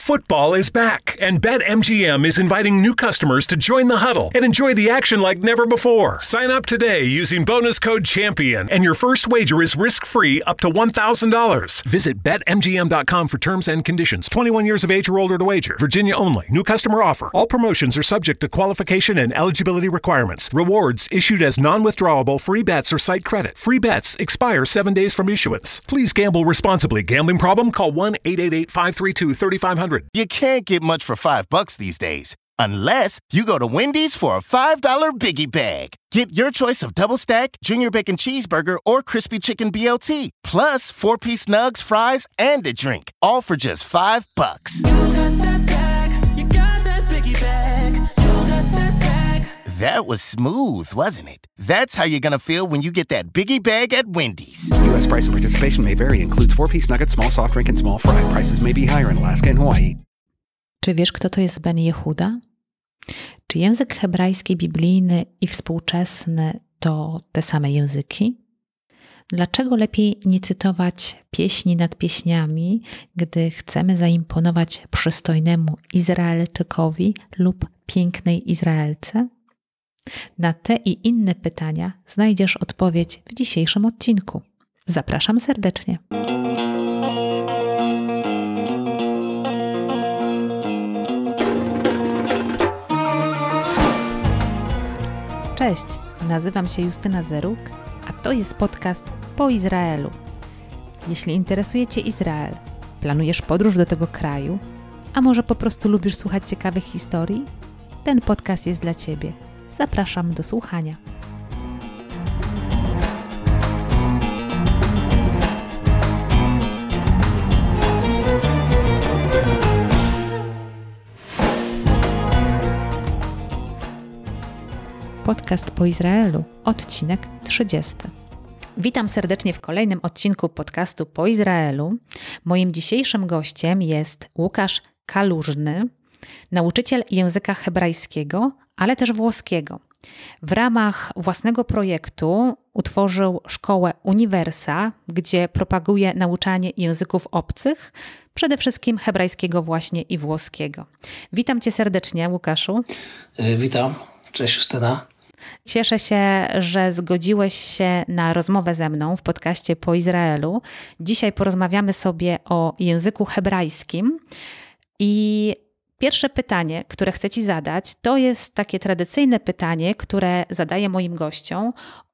Football is back, and BetMGM is inviting new customers to join the huddle and enjoy the action like never before. Sign up today using bonus code CHAMPION, and your first wager is risk-free up to $1,000. Visit BetMGM.com for terms and conditions. 21 years of age or older to wager. Virginia only. New customer offer. All promotions are subject to qualification and eligibility requirements. Rewards issued as non-withdrawable free bets or site credit. Free bets expire 7 days from issuance. Please gamble responsibly. Gambling problem? Call 1-888-532-3500. You can't get much for $5 these days. Unless you go to Wendy's for a $5 Biggie Bag. Get your choice of double stack, junior bacon cheeseburger, or crispy chicken BLT. Plus 4-piece nugs, fries, and a drink. All for just $5. You got that bag. You got that Biggie Bag. You got that bag. That was smooth, wasn't it? That's how you're gonna feel when you get that Biggie Bag at Wendy's. U.S. price and participation may vary. Includes 4-piece nugget, small soft drink, and small fry. Prices may be higher in Alaska and Hawaii. Czy wiesz, kto to jest Ben Jehuda? Czy język hebrajski biblijny i współczesny to te same języki? Dlaczego lepiej nie cytować pieśni nad pieśniami, gdy chcemy zaimponować przystojnemu Izraelczykowi lub pięknej Izraelce? Na te i inne pytania znajdziesz odpowiedź w dzisiejszym odcinku. Zapraszam serdecznie. Cześć, nazywam się Justyna Zeruk, a to jest podcast Po Izraelu. Jeśli interesuje Cię Izrael, planujesz podróż do tego kraju, a może po prostu lubisz słuchać ciekawych historii? Ten podcast jest dla Ciebie. Zapraszam do słuchania. Podcast Po Izraelu, odcinek 30. Witam serdecznie w kolejnym odcinku podcastu Po Izraelu. Moim dzisiejszym gościem jest Łukasz Kalużny, nauczyciel języka hebrajskiego, ale też włoskiego. W ramach własnego projektu utworzył szkołę Uniwersa, gdzie propaguje nauczanie języków obcych, przede wszystkim hebrajskiego właśnie i włoskiego. Witam Cię serdecznie, Łukaszu. Witam. Cześć, Justyna. Cieszę się, że zgodziłeś się na rozmowę ze mną w podcaście Po Izraelu. Dzisiaj porozmawiamy sobie o języku hebrajskim i pierwsze pytanie, które chcę Ci zadać, to jest takie tradycyjne pytanie, które zadaję moim gościom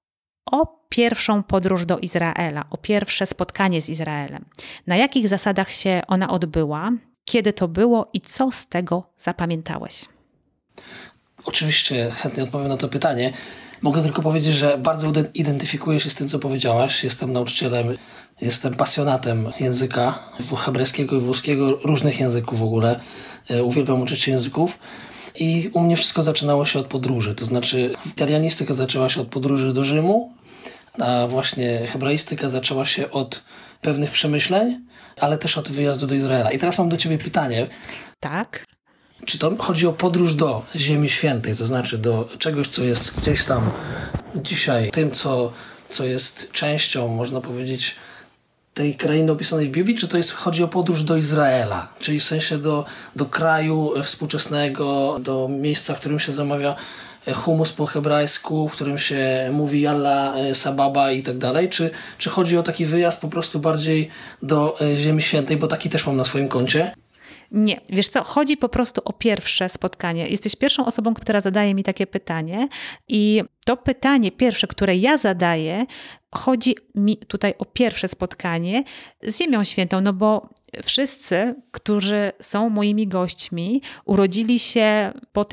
o pierwszą podróż do Izraela, o pierwsze spotkanie z Izraelem. Na jakich zasadach się ona odbyła, kiedy to było i co z tego zapamiętałeś? Oczywiście chętnie odpowiem na to pytanie. Mogę tylko powiedzieć, że bardzo identyfikuję się z tym, co powiedziałaś. Jestem nauczycielem, jestem pasjonatem języka hebrajskiego i włoskiego, różnych języków w ogóle. Uwielbiam uczyć się języków. I u mnie wszystko zaczynało się od podróży. To znaczy italianistyka zaczęła się od podróży do Rzymu, a właśnie hebraistyka zaczęła się od pewnych przemyśleń, ale też od wyjazdu do Izraela. I teraz mam do Ciebie pytanie. Tak? Czy to chodzi o podróż do Ziemi Świętej, to znaczy do czegoś, co jest gdzieś tam dzisiaj, tym, co jest częścią, można powiedzieć, tej krainy opisanej w Biblii, czy to chodzi o podróż do Izraela, czyli w sensie do kraju współczesnego, do miejsca, w którym się zamawia humus po hebrajsku, w którym się mówi Yalla, Sababa i tak dalej, czy chodzi o taki wyjazd po prostu bardziej do Ziemi Świętej, bo taki też mam na swoim koncie? Nie, wiesz co, chodzi po prostu o pierwsze spotkanie. Jesteś pierwszą osobą, która zadaje mi takie pytanie i to pytanie pierwsze, które ja zadaję, chodzi mi tutaj o pierwsze spotkanie z Ziemią Świętą, no bo wszyscy, którzy są moimi gośćmi, urodzili się po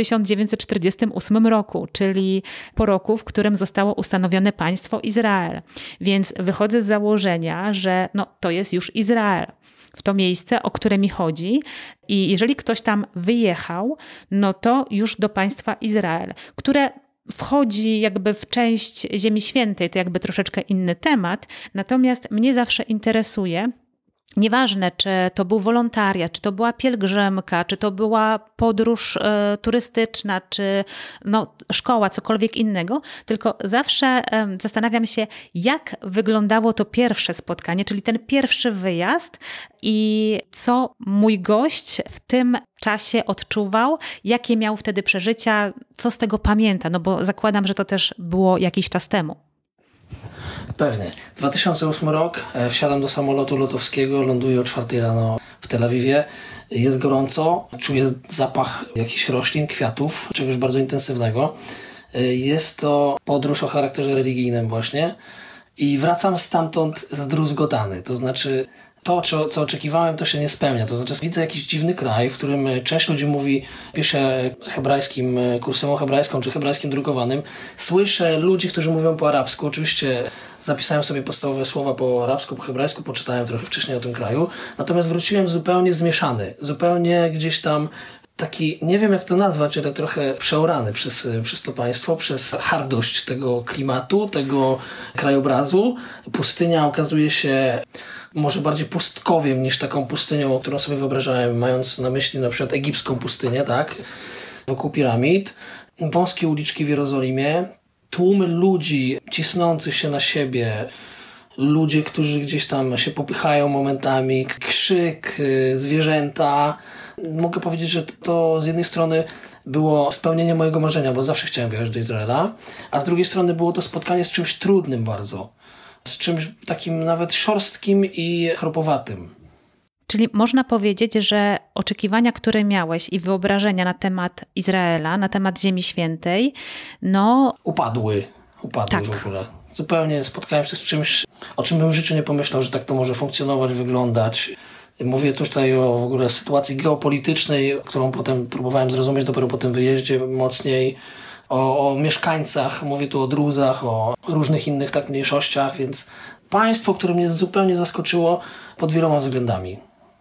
1948 roku, czyli po roku, w którym zostało ustanowione państwo Izrael. Więc wychodzę z założenia, że to jest już Izrael. W to miejsce, o które mi chodzi i jeżeli ktoś tam wyjechał, no to już do państwa Izrael, które wchodzi jakby w część Ziemi Świętej, to jakby troszeczkę inny temat, natomiast mnie zawsze interesuje, Nieważne, czy to był wolontariat, czy to była pielgrzymka, czy to była podróż turystyczna, czy szkoła, cokolwiek innego, tylko zawsze zastanawiam się, jak wyglądało to pierwsze spotkanie, czyli ten pierwszy wyjazd i co mój gość w tym czasie odczuwał, jakie miał wtedy przeżycia, co z tego pamięta, bo zakładam, że to też było jakiś czas temu. Pewnie. 2008 rok, wsiadam do samolotu lotowskiego, ląduję o 4 rano w Tel Awiwie. Jest gorąco, czuję zapach jakichś roślin, kwiatów, czegoś bardzo intensywnego. Jest to podróż o charakterze religijnym właśnie i wracam stamtąd zdruzgotany. To znaczy to, co oczekiwałem, to się nie spełnia. To znaczy widzę jakiś dziwny kraj, w którym część ludzi mówi, pisze hebrajskim, kursem hebrajską czy hebrajskim drukowanym. Słyszę ludzi, którzy mówią po arabsku. Oczywiście zapisałem sobie podstawowe słowa po arabsku, po hebrajsku, poczytałem trochę wcześniej o tym kraju. Natomiast wróciłem zupełnie zmieszany. Zupełnie gdzieś tam taki, nie wiem jak to nazwać, ale trochę przeorany przez to państwo, przez hardość tego klimatu, tego krajobrazu. Pustynia okazuje się może bardziej pustkowiem niż taką pustynią, którą sobie wyobrażałem, mając na myśli na przykład egipską pustynię, tak? Wokół piramid. Wąskie uliczki w Jerozolimie. Tłumy ludzi cisnących się na siebie. Ludzie, którzy gdzieś tam się popychają momentami. Krzyk, zwierzęta. Mogę powiedzieć, że to z jednej strony było spełnienie mojego marzenia, bo zawsze chciałem wyjechać do Izraela, a z drugiej strony było to spotkanie z czymś trudnym bardzo. Z czymś takim nawet szorstkim i chropowatym. Czyli można powiedzieć, że oczekiwania, które miałeś i wyobrażenia na temat Izraela, na temat Ziemi Świętej, Upadły tak. W ogóle. Zupełnie spotkałem się z czymś, o czym bym w życiu nie pomyślał, że tak to może funkcjonować, wyglądać. Mówię tutaj o w ogóle sytuacji geopolitycznej, którą potem próbowałem zrozumieć dopiero po tym wyjeździe mocniej. O mieszkańcach, mówię tu o druzach, o różnych innych tak mniejszościach, więc państwo, które mnie zupełnie zaskoczyło pod wieloma względami.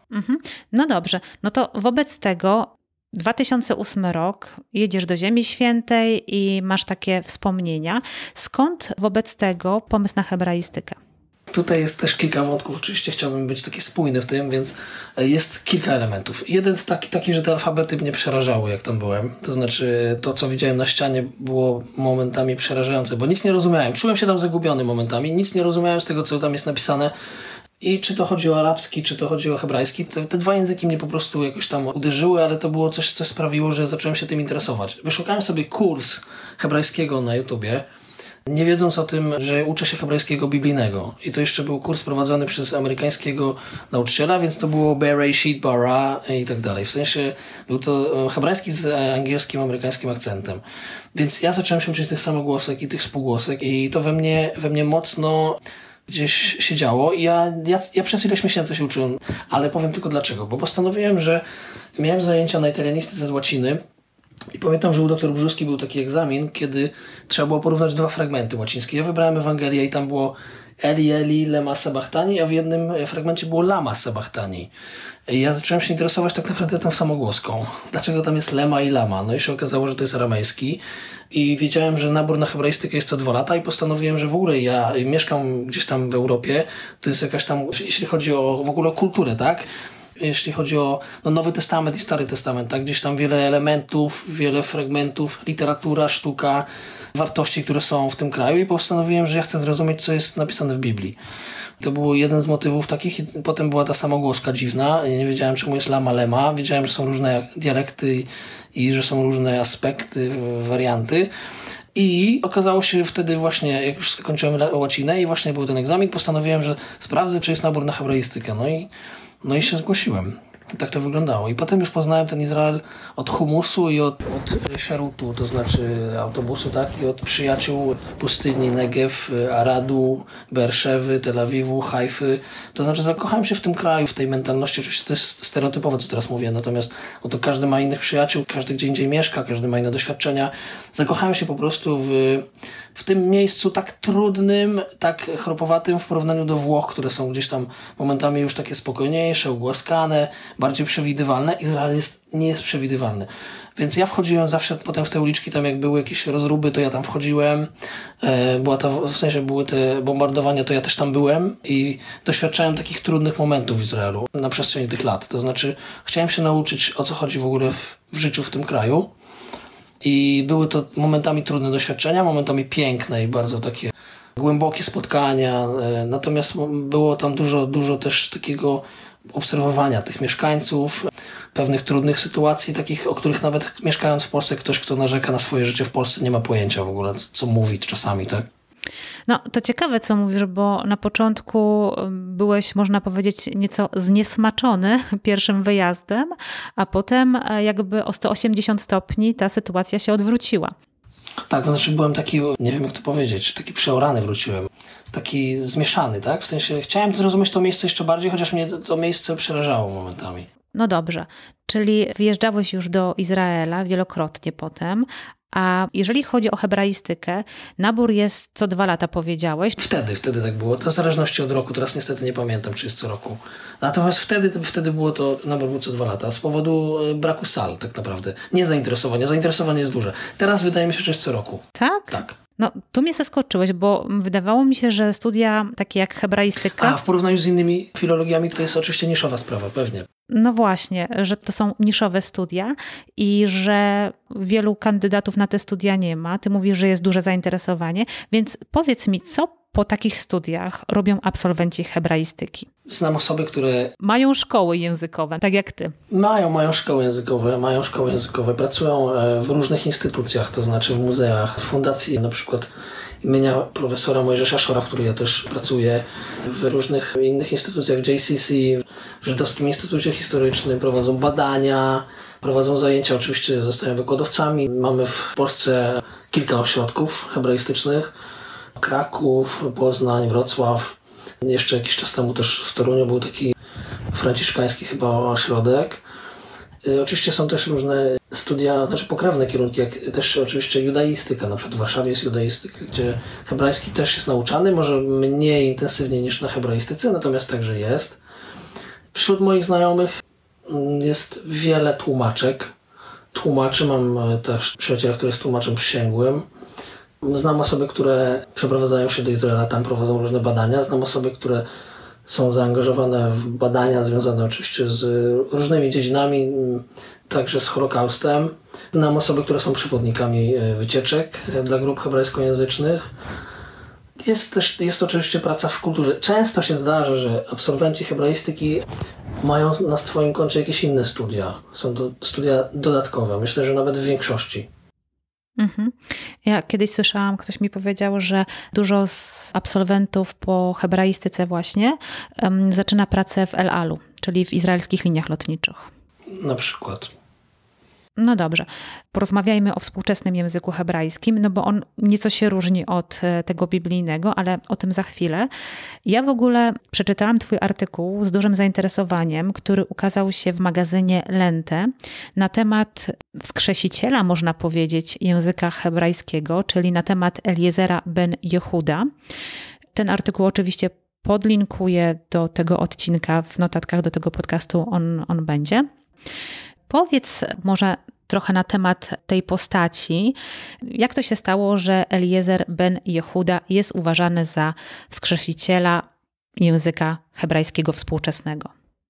No dobrze, no to wobec tego 2008 rok, jedziesz do Ziemi Świętej i masz takie wspomnienia. Skąd wobec tego pomysł na hebraistykę? Tutaj jest też kilka wątków, oczywiście chciałbym być taki spójny w tym, więc jest kilka elementów. Jeden taki, że te alfabety mnie przerażały, jak tam byłem. To znaczy to, co widziałem na ścianie, było momentami przerażające, bo nic nie rozumiałem. Czułem się tam zagubiony momentami, nic nie rozumiałem z tego, co tam jest napisane. I czy to chodzi o arabski, czy to chodzi o hebrajski. Te dwa języki mnie po prostu jakoś tam uderzyły, ale to było coś, co sprawiło, że zacząłem się tym interesować. Wyszukałem sobie kurs hebrajskiego na YouTubie, nie wiedząc o tym, że uczę się hebrajskiego biblijnego. I to jeszcze był kurs prowadzony przez amerykańskiego nauczyciela, więc to było Bereshit, Bara i tak dalej. W sensie był to hebrajski z angielskim, amerykańskim akcentem. Więc ja zacząłem się uczyć tych samogłosek i tych spółgłosek i to we mnie mocno gdzieś się działo i ja przez ileś miesięcy się uczyłem, ale powiem tylko dlaczego. Bo postanowiłem, że miałem zajęcia na italianistyce z łaciny i pamiętam, że u dr Brzuski był taki egzamin, kiedy trzeba było porównać dwa fragmenty łacińskie. Ja wybrałem Ewangelię i tam było Eli, Eli, lema sabachthani, a w jednym fragmencie było lama sabachthani. I ja zacząłem się interesować tak naprawdę tą samogłoską. Dlaczego tam jest lema i lama? No i się okazało, że to jest aramejski. I wiedziałem, że nabór na hebraistykę jest co 2 lata i postanowiłem, że w ogóle ja mieszkam gdzieś tam w Europie. To jest jakaś tam, jeśli chodzi o w ogóle o kulturę, tak? Jeśli chodzi o Nowy Testament i Stary Testament, tak? Gdzieś tam wiele elementów, wiele fragmentów, literatura, sztuka, wartości, które są w tym kraju i postanowiłem, że ja chcę zrozumieć, co jest napisane w Biblii. To był jeden z motywów takich i potem była ta samogłoska dziwna. Ja nie wiedziałem, czemu jest lama, lema. Wiedziałem, że są różne dialekty i że są różne aspekty, warianty. I okazało się wtedy właśnie, jak już skończyłem łacinę i właśnie był ten egzamin, postanowiłem, że sprawdzę, czy jest nabór na hebraistykę. No i się zgłosiłem. Tak to wyglądało. I potem już poznałem ten Izrael od humusu i od szerutu, to znaczy autobusu, tak? I od przyjaciół pustyni Negev, Aradu, Berszewy, Tel Awiwu, Hajfy. To znaczy zakochałem się w tym kraju, w tej mentalności. Oczywiście to jest stereotypowe, co teraz mówię, natomiast to każdy ma innych przyjaciół, każdy gdzie indziej mieszka, każdy ma inne doświadczenia. Zakochałem się po prostu w tym miejscu tak trudnym, tak chropowatym w porównaniu do Włoch, które są gdzieś tam momentami już takie spokojniejsze, ugłaskane, bardziej przewidywalne. Izrael nie jest przewidywalny. Więc ja wchodziłem zawsze potem w te uliczki, tam jak były jakieś rozruby, to ja tam wchodziłem. Były te bombardowania, to ja też tam byłem i doświadczałem takich trudnych momentów w Izraelu na przestrzeni tych lat. To znaczy chciałem się nauczyć, o co chodzi w ogóle w życiu w tym kraju. I były to momentami trudne doświadczenia, momentami piękne i bardzo takie głębokie spotkania. Natomiast było tam dużo też takiego obserwowania tych mieszkańców, pewnych trudnych sytuacji, takich, o których nawet mieszkając w Polsce, ktoś, kto narzeka na swoje życie w Polsce, nie ma pojęcia w ogóle, co mówić czasami, tak? No, to ciekawe, co mówisz, bo na początku byłeś, można powiedzieć, nieco zniesmaczony pierwszym wyjazdem, a potem jakby o 180 stopni ta sytuacja się odwróciła. Tak, to znaczy byłem taki, nie wiem jak to powiedzieć, taki przeorany wróciłem, taki zmieszany, tak? W sensie chciałem zrozumieć to miejsce jeszcze bardziej, chociaż mnie to miejsce przerażało momentami. No dobrze, czyli wyjeżdżałeś już do Izraela wielokrotnie potem, a jeżeli chodzi o hebraistykę, nabór jest co 2 lata, powiedziałeś. Wtedy tak było. To w zależności od roku. Teraz niestety nie pamiętam, czy jest co roku. Natomiast wtedy było to, nabór był co 2 lata. Z powodu braku sal tak naprawdę. Nie zainteresowania. Zainteresowanie jest duże. Teraz wydaje mi się, że jest co roku. Tak? Tak. No, tu mnie zaskoczyłeś, bo wydawało mi się, że studia takie jak hebraistyka... A w porównaniu z innymi filologiami to jest oczywiście niszowa sprawa, pewnie. No właśnie, że to są niszowe studia i że wielu kandydatów na te studia nie ma. Ty mówisz, że jest duże zainteresowanie, więc powiedz mi, co po takich studiach robią absolwenci hebraistyki? Znam osoby, które... Mają szkoły językowe, tak jak ty. Mają szkoły językowe, pracują w różnych instytucjach, to znaczy w muzeach, w fundacji na przykład imienia profesora Mojżesza Szora, w której ja też pracuję, w różnych innych instytucjach JCC, w Żydowskim Instytucie Historycznym, prowadzą badania, prowadzą zajęcia, oczywiście zostają wykładowcami. Mamy w Polsce kilka ośrodków hebraistycznych, Kraków, Poznań, Wrocław. Jeszcze jakiś czas temu też w Toruniu był taki franciszkański chyba ośrodek. Oczywiście są też różne studia, znaczy pokrewne kierunki, jak też oczywiście judaistyka. Na przykład w Warszawie jest judaistyka, gdzie hebrajski też jest nauczany, może mniej intensywnie niż na hebraistyce, natomiast także jest. Wśród moich znajomych jest wiele tłumaczek. Tłumaczy, mam też przyjaciela, który jest tłumaczem przysięgłym. Znam osoby, które przeprowadzają się do Izraela, tam prowadzą różne badania. Znam osoby, które są zaangażowane w badania związane oczywiście z różnymi dziedzinami, także z Holokaustem. Znam osoby, które są przewodnikami wycieczek dla grup hebrajskojęzycznych. Jest oczywiście praca w kulturze. Często się zdarza, że absolwenci hebraistyki mają na swoim koncie jakieś inne studia. Są to studia dodatkowe. Myślę, że nawet w większości. Ja kiedyś słyszałam, ktoś mi powiedział, że dużo z absolwentów po hebraistyce właśnie zaczyna pracę w El Alu, czyli w izraelskich liniach lotniczych. Na przykład. No dobrze, porozmawiajmy o współczesnym języku hebrajskim, no bo on nieco się różni od tego biblijnego, ale o tym za chwilę. Ja w ogóle przeczytałam twój artykuł z dużym zainteresowaniem, który ukazał się w magazynie Lente na temat wskrzesiciela, można powiedzieć, języka hebrajskiego, czyli na temat Eliezera ben Jehuda. Ten artykuł oczywiście podlinkuję do tego odcinka, w notatkach do tego podcastu on będzie. Powiedz może trochę na temat tej postaci. Jak to się stało, że Eliezer ben Jehuda jest uważany za wskrzesiciela języka hebrajskiego współczesnego?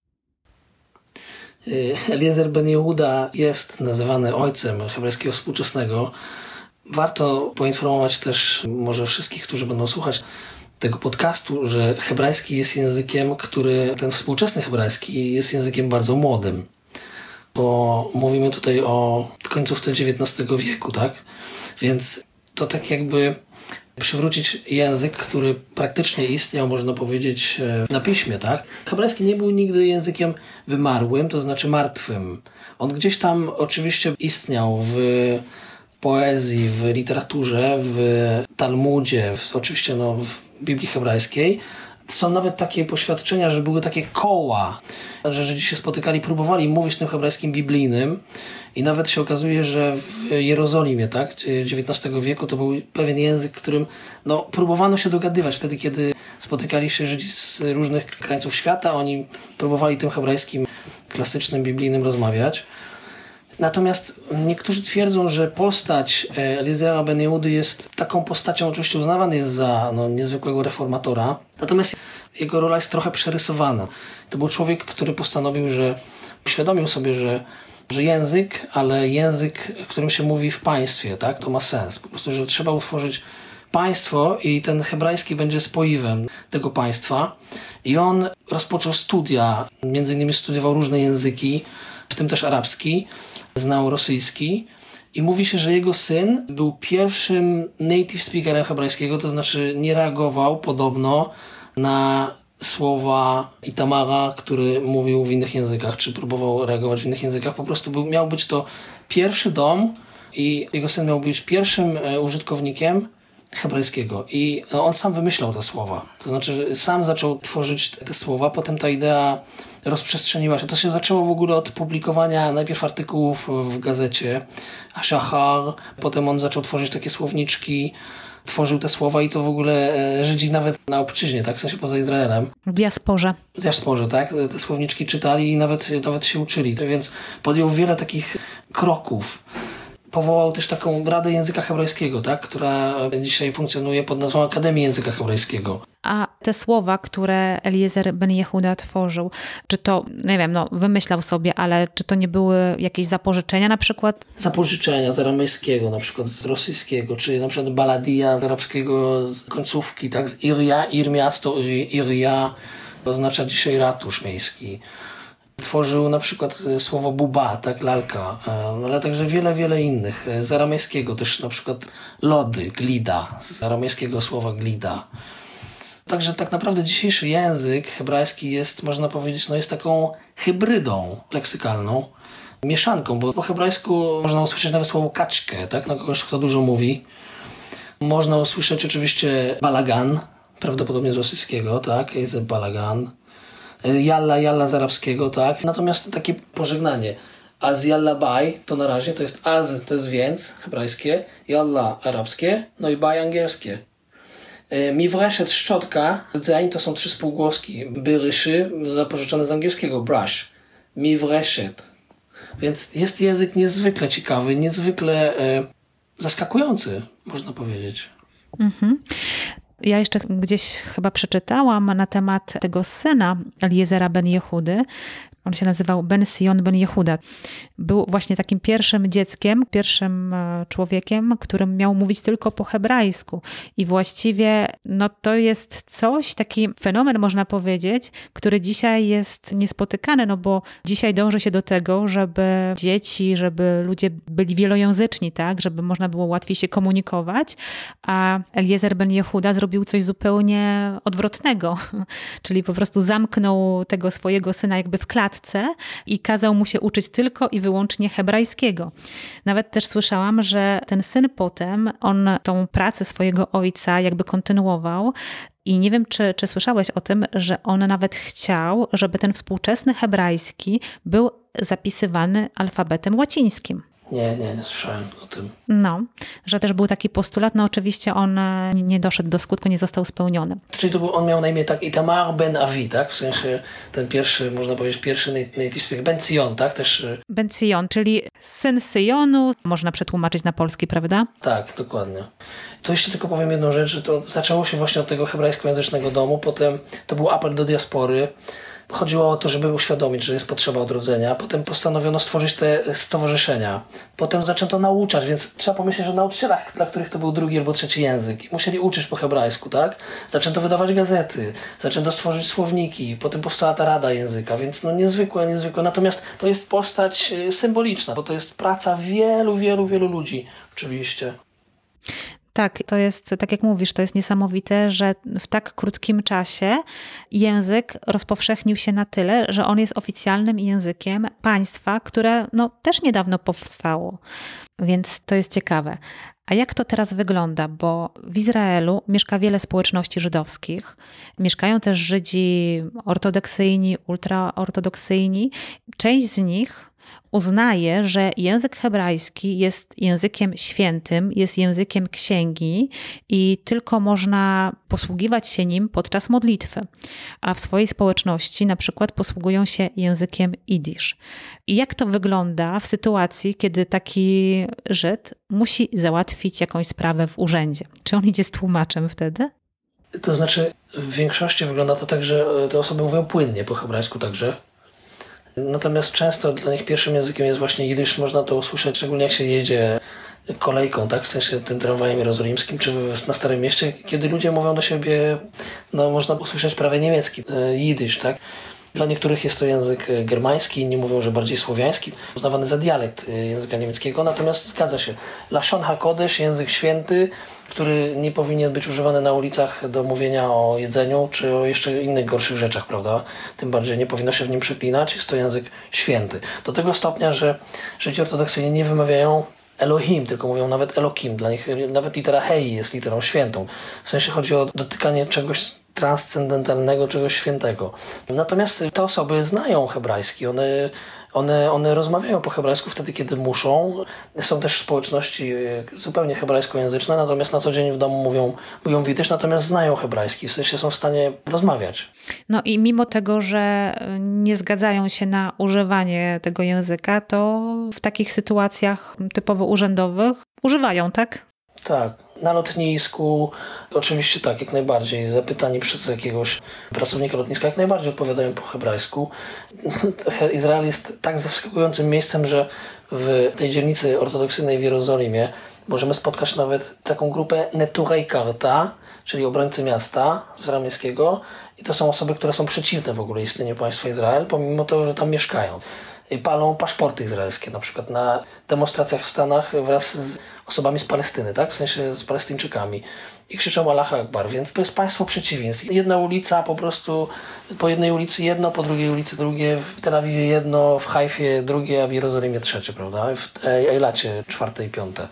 Eliezer ben Jehuda jest nazywany ojcem hebrajskiego współczesnego. Warto poinformować też może wszystkich, którzy będą słuchać tego podcastu, że hebrajski jest językiem, ten współczesny hebrajski jest językiem bardzo młodym. Bo mówimy tutaj o końcówce XIX wieku, tak? Więc to tak jakby przywrócić język, który praktycznie istniał, można powiedzieć, na piśmie, tak? Hebrajski nie był nigdy językiem wymarłym, to znaczy martwym. On gdzieś tam oczywiście istniał w poezji, w literaturze, w Talmudzie, oczywiście w Biblii hebrajskiej. Są nawet takie poświadczenia, że były takie koła, że Żydzi się spotykali, próbowali mówić tym hebrajskim biblijnym i nawet się okazuje, że w Jerozolimie, tak, XIX wieku to był pewien język, którym próbowano się dogadywać. Wtedy, kiedy spotykali się Żydzi z różnych krańców świata, oni próbowali tym hebrajskim klasycznym, biblijnym rozmawiać. Natomiast niektórzy twierdzą, że postać Eliezera ben Jehudy jest taką postacią, oczywiście uznawany jest za niezwykłego reformatora, natomiast jego rola jest trochę przerysowana. To był człowiek, który postanowił, że uświadomił sobie, że język, ale język, którym się mówi w państwie, tak, to ma sens. Po prostu, że trzeba utworzyć państwo i ten hebrajski będzie spoiwem tego państwa. I on rozpoczął studia, między innymi studiował różne języki, w tym też arabski, znał rosyjski i mówi się, że jego syn był pierwszym native speakerem hebrajskiego, to znaczy nie reagował podobno na słowa Itamara, który mówił w innych językach, czy próbował reagować w innych językach. Po prostu miał być to pierwszy dom i jego syn miał być pierwszym użytkownikiem hebrajskiego. I on sam wymyślał te słowa. To znaczy sam zaczął tworzyć te słowa, potem ta idea rozprzestrzeniła się. To się zaczęło w ogóle od publikowania najpierw artykułów w gazecie Shachar, potem on zaczął tworzyć takie słowniczki, tworzył te słowa i to w ogóle Żydzi nawet na obczyźnie, tak, w sensie poza Izraelem. W diasporze. W diasporze, tak, te słowniczki czytali i nawet się uczyli. Więc podjął wiele takich kroków. Powołał też taką Radę Języka Hebrajskiego, tak, która dzisiaj funkcjonuje pod nazwą Akademii Języka Hebrajskiego. A te słowa, które Eliezer ben Jehuda tworzył, czy to, nie wiem, wymyślał sobie, ale czy to nie były jakieś zapożyczenia na przykład? Zapożyczenia z aramejskiego, na przykład z rosyjskiego, czy na przykład baladia z arabskiego z końcówki, tak, z Ir miasto, Iria oznacza dzisiaj ratusz miejski. Tworzył na przykład słowo buba, tak, lalka, ale także wiele innych. Z aramejskiego też na przykład lody, glida, z aramejskiego słowa glida. Także tak naprawdę dzisiejszy język hebrajski jest, można powiedzieć, jest taką hybrydą leksykalną, mieszanką, bo po hebrajsku można usłyszeć nawet słowo kaczkę, tak, na kogoś, kto dużo mówi. Można usłyszeć oczywiście balagan, prawdopodobnie z rosyjskiego, tak, jest balagan. Jalla z arabskiego, tak. Natomiast takie pożegnanie. Az jalla baj, to na razie, to jest az, to jest więc, hebrajskie, jalla arabskie, i baj angielskie. Mi wreszet szczotka, rdzeń to są 3 spółgłoski. Byryszy, zapożyczone z angielskiego, brush. Mi wreszet. Więc jest język niezwykle ciekawy, niezwykle zaskakujący, można powiedzieć. Mhm. Ja jeszcze gdzieś chyba przeczytałam na temat tego syna Eliezera ben Jehudy. On się nazywał Ben Sion ben Jehuda. Był właśnie takim pierwszym dzieckiem, pierwszym człowiekiem, którym miał mówić tylko po hebrajsku. I właściwie to jest coś, taki fenomen można powiedzieć, który dzisiaj jest niespotykany, bo dzisiaj dąży się do tego, żeby dzieci, żeby ludzie byli wielojęzyczni, tak, żeby można było łatwiej się komunikować, a Eliezer ben Jehuda zrobił coś zupełnie odwrotnego, czyli po prostu zamknął tego swojego syna jakby w klatce i kazał mu się uczyć tylko i wyłącznie hebrajskiego. Nawet też słyszałam, że ten syn potem, on tą pracę swojego ojca jakby kontynuował i nie wiem, czy słyszałeś o tym, że on nawet chciał, żeby ten współczesny hebrajski był zapisywany alfabetem łacińskim. Nie słyszałem o tym. Że też był taki postulat, oczywiście on nie doszedł do skutku, nie został spełniony. Czyli on miał na imię tak Itamar ben Avi, tak? W sensie ten pierwszy, można powiedzieć, pierwszy native speaker, Ben Sion, tak? Też. Ben Sion, czyli syn Syjonu, można przetłumaczyć na polski, prawda? Tak, dokładnie. To jeszcze tylko powiem jedną rzecz, że to zaczęło się właśnie od tego hebrajskojęzycznego domu, potem to był apel do diaspory. Chodziło o to, żeby uświadomić, że jest potrzeba odrodzenia. Potem postanowiono stworzyć te stowarzyszenia. Potem zaczęto nauczać, więc trzeba pomyśleć o nauczycielach, dla których to był drugi albo trzeci język. I musieli uczyć po hebrajsku, tak? Zaczęto wydawać gazety, zaczęto stworzyć słowniki, potem powstała ta Rada Języka, więc niezwykłe. Natomiast to jest postać symboliczna, bo to jest praca wielu ludzi, oczywiście. Tak, to jest, tak jak mówisz, to jest niesamowite, że w tak krótkim czasie język rozpowszechnił się na tyle, że on jest oficjalnym językiem państwa, które też niedawno powstało. Więc to jest ciekawe. A jak to teraz wygląda? Bo w Izraelu mieszka wiele społeczności żydowskich. Mieszkają też Żydzi ortodoksyjni, ultraortodoksyjni. Część z nich uznaje, że język hebrajski jest językiem świętym, jest językiem księgi i tylko można posługiwać się nim podczas modlitwy. A w swojej społeczności na przykład posługują się językiem jidysz. I jak to wygląda w sytuacji, kiedy taki Żyd musi załatwić jakąś sprawę w urzędzie? Czy on idzie z tłumaczem wtedy? To znaczy, w większości wygląda to tak, że te osoby mówią płynnie po hebrajsku także. Natomiast często dla nich pierwszym językiem jest właśnie jidysz. Można to usłyszeć, szczególnie jak się jedzie kolejką, tak? W sensie tym tramwajem jerozolimskim, czy na Starym Mieście, kiedy ludzie mówią do siebie, no można usłyszeć prawie niemiecki, jidysz, tak? Dla niektórych jest to język germański, inni mówią, że bardziej słowiański, uznawany za dialekt języka niemieckiego, natomiast zgadza się. Lashon HaKodesh, język święty, który nie powinien być używany na ulicach do mówienia o jedzeniu, czy o jeszcze innych gorszych rzeczach, prawda? Tym bardziej nie powinno się w nim przeklinać, jest to język święty. Do tego stopnia, że Żydzi ortodoksyjni nie wymawiają Elohim, tylko mówią nawet Elokim. Dla nich nawet litera hei jest literą świętą. W sensie chodzi o dotykanie czegoś transcendentalnego, czegoś świętego. Natomiast te osoby znają hebrajski, one rozmawiają po hebrajsku wtedy, kiedy muszą. Są też społeczności zupełnie hebrajskojęzyczne, natomiast na co dzień w domu mówią jidysz, natomiast znają hebrajski, w sensie są w stanie rozmawiać. No i mimo tego, że nie zgadzają się na używanie tego języka, to w takich sytuacjach typowo urzędowych używają, tak? Tak. Na lotnisku, oczywiście tak, jak najbardziej. Zapytani przez jakiegoś pracownika lotniska, jak najbardziej odpowiadają po hebrajsku. Izrael jest tak zaskakującym miejscem, że w tej dzielnicy ortodoksyjnej w Jerozolimie możemy spotkać nawet taką grupę Neturei Karta, czyli obrońcy miasta z aramejskiego. I to są osoby, które są przeciwne w ogóle istnieniu państwa Izrael, pomimo tego, że tam mieszkają. I palą paszporty izraelskie, na przykład na demonstracjach w Stanach wraz z osobami z Palestyny, tak? W sensie z Palestyńczykami. I krzyczą Allahu Akbar, więc to jest państwo przeciwieństw. Jedna ulica po prostu, po jednej ulicy jedno, po drugiej ulicy drugie, w Tel Awiwie jedno, w Hajfie drugie, a w Jerozolimie trzecie, prawda? W Ejlacie czwarte i piąte.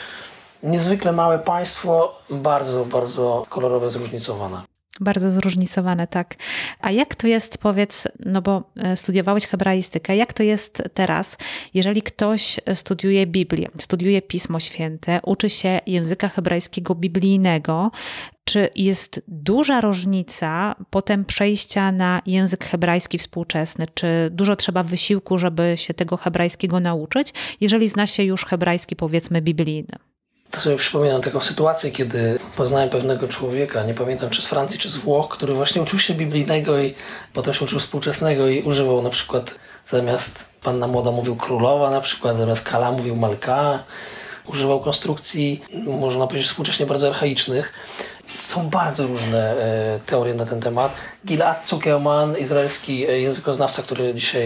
Niezwykle małe państwo, bardzo, bardzo kolorowe, zróżnicowane. Bardzo zróżnicowane, tak. A jak to jest, powiedz, no bo studiowałeś hebraistykę, jak to jest teraz, jeżeli ktoś studiuje Biblię, studiuje Pismo Święte, uczy się języka hebrajskiego biblijnego, czy jest duża różnica potem przejścia na język hebrajski współczesny? Czy dużo trzeba wysiłku, żeby się tego hebrajskiego nauczyć, jeżeli zna się już hebrajski, powiedzmy, biblijny? To sobie przypominam taką sytuację, kiedy poznałem pewnego człowieka, nie pamiętam czy z Francji, czy z Włoch, który właśnie uczył się biblijnego i potem się uczył współczesnego i używał na przykład zamiast panna młoda mówił królowa na przykład, zamiast kala mówił malka, używał konstrukcji, można powiedzieć, współcześnie bardzo archaicznych. Są bardzo różne teorie na ten temat. Gilad Zuckerman, izraelski językoznawca, który dzisiaj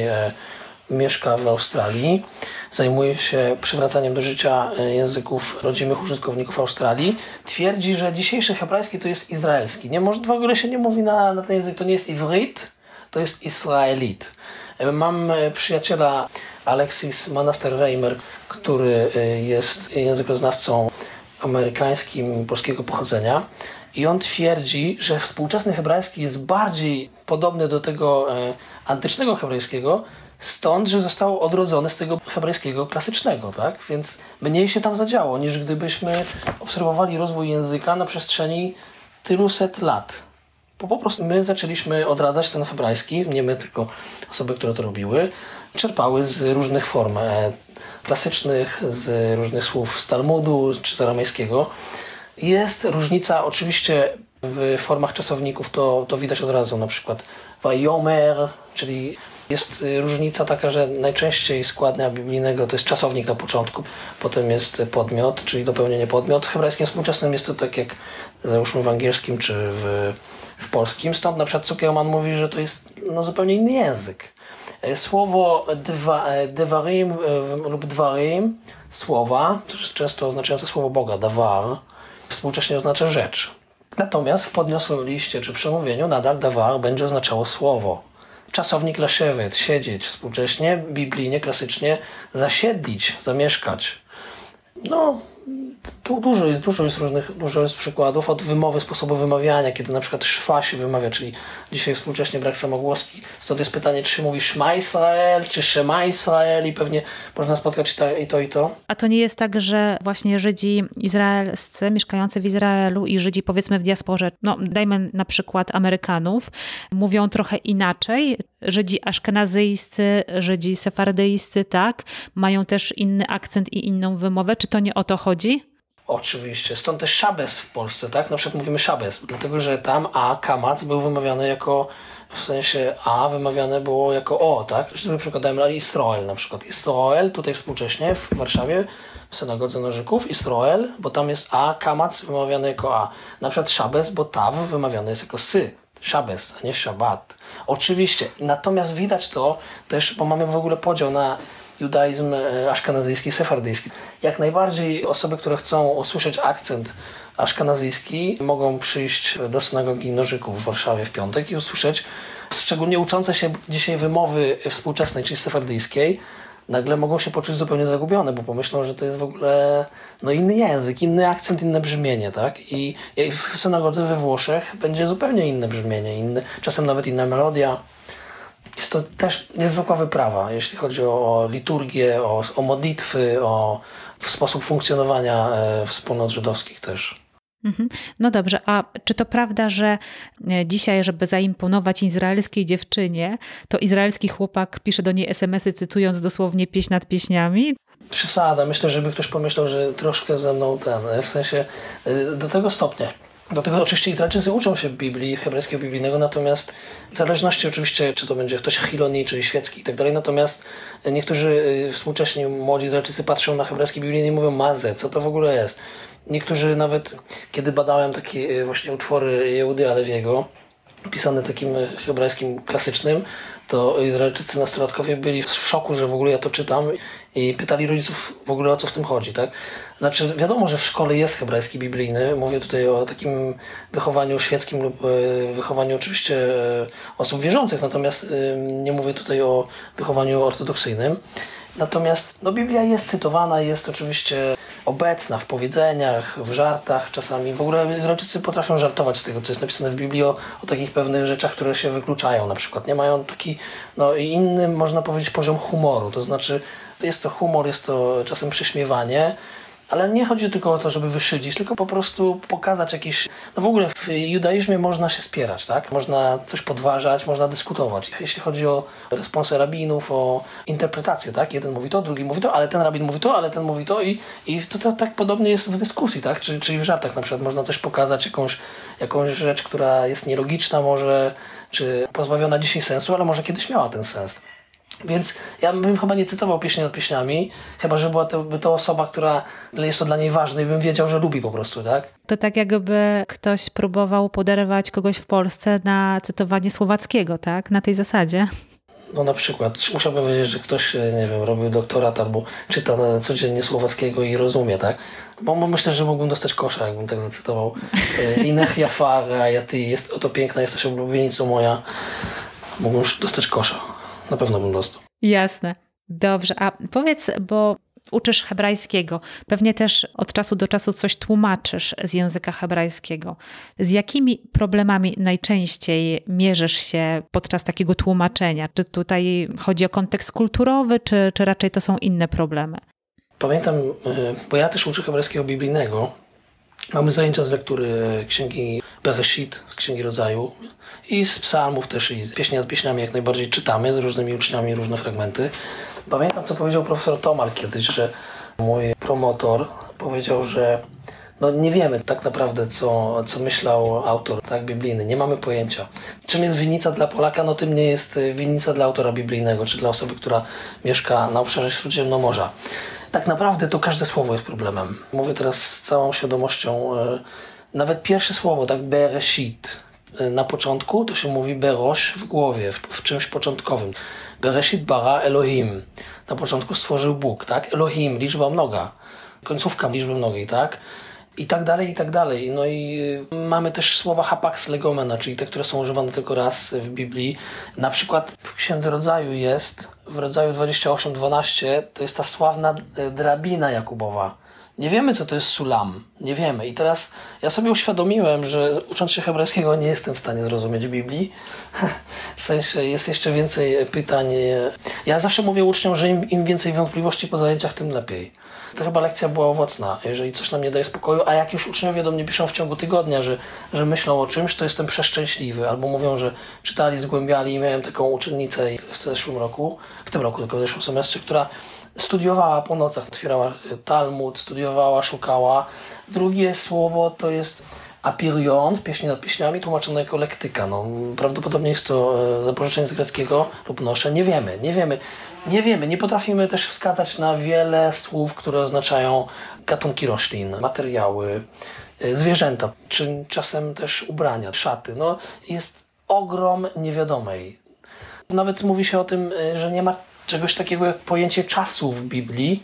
mieszka w Australii, zajmuje się przywracaniem do życia języków rodzimych użytkowników Australii. Twierdzi, że dzisiejszy hebrajski to jest izraelski. W ogóle się nie mówi na ten język, to nie jest ivrit, to jest israelit. Mam przyjaciela Alexis Manaster-Reimer, który jest językoznawcą amerykańskim polskiego pochodzenia i on twierdzi, że współczesny hebrajski jest bardziej podobny do tego antycznego hebrajskiego, stąd, że został odrodzony z tego hebrajskiego klasycznego, tak? Więc mniej się tam zadziało, niż gdybyśmy obserwowali rozwój języka na przestrzeni tylu set lat. Bo po prostu my zaczęliśmy odradzać ten hebrajski, nie my, tylko osoby, które to robiły, czerpały z różnych form klasycznych, z różnych słów z Talmudu czy z aramejskiego. Jest różnica oczywiście w formach czasowników, to widać od razu, na przykład vayomer, czyli jest różnica taka, że najczęściej skład dnia biblijnego to jest czasownik na początku, potem jest podmiot, czyli dopełnienie podmiot. W hebrajskim współczesnym jest to tak jak załóżmy w angielskim czy w polskim. Stąd na przykład Zuckerman mówi, że to jest zupełnie inny język. Słowo devarim lub dvarim, słowa, często oznaczające słowo Boga, davar, współcześnie oznacza rzecz. Natomiast w podniosłym liście czy przemówieniu nadal davar będzie oznaczało słowo. Czasownik leszevet, siedzieć, współcześnie, biblijnie, klasycznie, zasiedlić, zamieszkać. Tu dużo jest przykładów, od wymowy, sposobu wymawiania, kiedy na przykład szwa się wymawia, czyli dzisiaj współcześnie brak samogłoski. Stąd jest pytanie, czy mówi Szma Israel, czy Szema Israel, i pewnie można spotkać i to. A to nie jest tak, że właśnie Żydzi izraelscy, mieszkający w Izraelu i Żydzi powiedzmy w diasporze, no dajmy na przykład Amerykanów, mówią trochę inaczej? Żydzi aszkenazyjscy, Żydzi sefardyjscy, tak? Mają też inny akcent i inną wymowę. Czy to nie o to chodzi? Oczywiście. Stąd też szabes w Polsce, tak? Na przykład mówimy szabes, dlatego że tam a, kamac, był wymawiany jako, w sensie a wymawiane było jako o, tak? Żeby przykładałem Israel na przykład. Israel, tutaj współcześnie w Warszawie, w synagodze Nożyków, Israel, bo tam jest a, kamac wymawiany jako a. Na przykład szabes, bo taw wymawiany jest jako sy. Szabes, a nie szabat. Oczywiście. Natomiast widać to też, bo mamy w ogóle podział na judaizm aszkenazyjski, sefardyjski. Jak najbardziej osoby, które chcą usłyszeć akcent aszkenazyjski, mogą przyjść do synagogi Nożyków w Warszawie w piątek i usłyszeć, szczególnie uczące się dzisiaj wymowy współczesnej, czyli sefardyjskiej, nagle mogą się poczuć zupełnie zagubione, bo pomyślą, że to jest w ogóle inny język, inny akcent, inne brzmienie, tak? I w synagodze we Włoszech będzie zupełnie inne brzmienie, czasem nawet inna melodia. Jest to też niezwykła wyprawa, jeśli chodzi o liturgię, o modlitwy, o sposób funkcjonowania wspólnot żydowskich też. No dobrze, a czy to prawda, że dzisiaj, żeby zaimponować izraelskiej dziewczynie, to izraelski chłopak pisze do niej SMS-y, cytując dosłownie pieśń nad pieśniami? Przesada. Myślę, żeby ktoś pomyślał, że troszkę ze mną w sensie do tego stopnia. Do tego oczywiście Izraelczycy uczą się Biblii, hebrajskiego biblijnego, natomiast w zależności oczywiście, czy to będzie ktoś chiloni, czy świecki i tak dalej, natomiast niektórzy współcześni młodzi Izraelczycy patrzą na hebrajski biblijny i mówią mazę, co to w ogóle jest. Niektórzy nawet, kiedy badałem takie właśnie utwory Jehudy Alewiego, pisane takim hebrajskim klasycznym, to Izraelczycy nastolatkowie byli w szoku, że w ogóle ja to czytam i pytali rodziców w ogóle, o co w tym chodzi, tak? Znaczy wiadomo, że w szkole jest hebrajski biblijny, mówię tutaj o takim wychowaniu świeckim lub wychowaniu oczywiście osób wierzących, natomiast nie mówię tutaj o wychowaniu ortodoksyjnym. Natomiast Biblia jest cytowana, jest oczywiście obecna w powiedzeniach, w żartach czasami. W ogóle Izraelczycy potrafią żartować z tego, co jest napisane w Biblii o takich pewnych rzeczach, które się wykluczają na przykład. Nie mają taki inny, można powiedzieć, poziom humoru. To znaczy jest to humor, jest to czasem prześmiewanie, ale nie chodzi tylko o to, żeby wyszydzić, tylko po prostu pokazać jakiś... w ogóle w judaizmie można się spierać, tak? Można coś podważać, można dyskutować. Jeśli chodzi o responsy rabinów, o interpretację, tak? Jeden mówi to, drugi mówi to, ale ten rabin mówi to, ale ten mówi to i to tak podobnie jest w dyskusji, tak? Czyli w żartach na przykład można coś pokazać, jakąś rzecz, która jest nielogiczna może, czy pozbawiona dzisiaj sensu, ale może kiedyś miała ten sens. Więc ja bym chyba nie cytował pieśni nad pieśniami, chyba że byłaby to osoba, która jest to dla niej ważne i bym wiedział, że lubi po prostu, tak? To tak jakby ktoś próbował poderwać kogoś w Polsce na cytowanie Słowackiego, tak? Na tej zasadzie. Na przykład musiałbym wiedzieć, że ktoś, nie wiem, robił doktorat albo czyta codziennie Słowackiego i rozumie, tak? Bo myślę, że mógłbym dostać kosza, jakbym tak zacytował. Inech jafara, ja ty, jest oto piękna, jesteś ulubienicą moja. Mógłbym dostać kosza. Na pewno bym dostał. Jasne. Dobrze. A powiedz, bo uczysz hebrajskiego. Pewnie też od czasu do czasu coś tłumaczysz z języka hebrajskiego. Z jakimi problemami najczęściej mierzysz się podczas takiego tłumaczenia? Czy tutaj chodzi o kontekst kulturowy, czy raczej to są inne problemy? Pamiętam, bo ja też uczę hebrajskiego biblijnego. Mamy zajęcia z lektury księgi Bereshit, z księgi Rodzaju i z psalmów też i z pieśni nad pieśniami jak najbardziej czytamy z różnymi uczniami różne fragmenty. Pamiętam, co powiedział profesor Tomar kiedyś, że mój promotor powiedział, że nie wiemy tak naprawdę, co myślał autor biblijny. Nie mamy pojęcia. Czym jest winnica dla Polaka? Tym nie jest winnica dla autora biblijnego, czy dla osoby, która mieszka na obszarze Śródziemnomorza. Tak naprawdę to każde słowo jest problemem. Mówię teraz z całą świadomością. Nawet pierwsze słowo, Bereshit, na początku to się mówi berosh w głowie, w czymś początkowym. Bereshit bara Elohim. Na początku stworzył Bóg, tak? Elohim, liczba mnoga. Końcówka liczby mnogiej, tak? I tak dalej, i tak dalej. I mamy też słowa hapax legomena, czyli te, które są używane tylko raz w Biblii. Na przykład w Księdze Rodzaju jest, w Rodzaju 28:12, to jest ta sławna drabina Jakubowa. Nie wiemy, co to jest sulam. Nie wiemy. I teraz ja sobie uświadomiłem, że ucząc się hebrajskiego nie jestem w stanie zrozumieć Biblii. W sensie jest jeszcze więcej pytań. Ja zawsze mówię uczniom, że im więcej wątpliwości po zajęciach, tym lepiej. To chyba lekcja była owocna, jeżeli coś nam nie daje spokoju, a jak już uczniowie do mnie piszą w ciągu tygodnia, że myślą o czymś, to jestem przeszczęśliwy. Albo mówią, że czytali, zgłębiali i miałem taką uczennicę w zeszłym roku, tylko w zeszłym semestrze, która studiowała po nocach, otwierała Talmud, studiowała, szukała. Drugie słowo to jest apirion w Pieśni nad pieśniami, tłumaczone jako lektyka. No, prawdopodobnie jest to zapożyczenie z greckiego lub nosze. Nie wiemy. Nie potrafimy też wskazać na wiele słów, które oznaczają gatunki roślin, materiały, zwierzęta, czy czasem też ubrania, szaty. No, jest ogrom niewiadomej. Nawet mówi się o tym, że nie ma czegoś takiego jak pojęcie czasu w Biblii.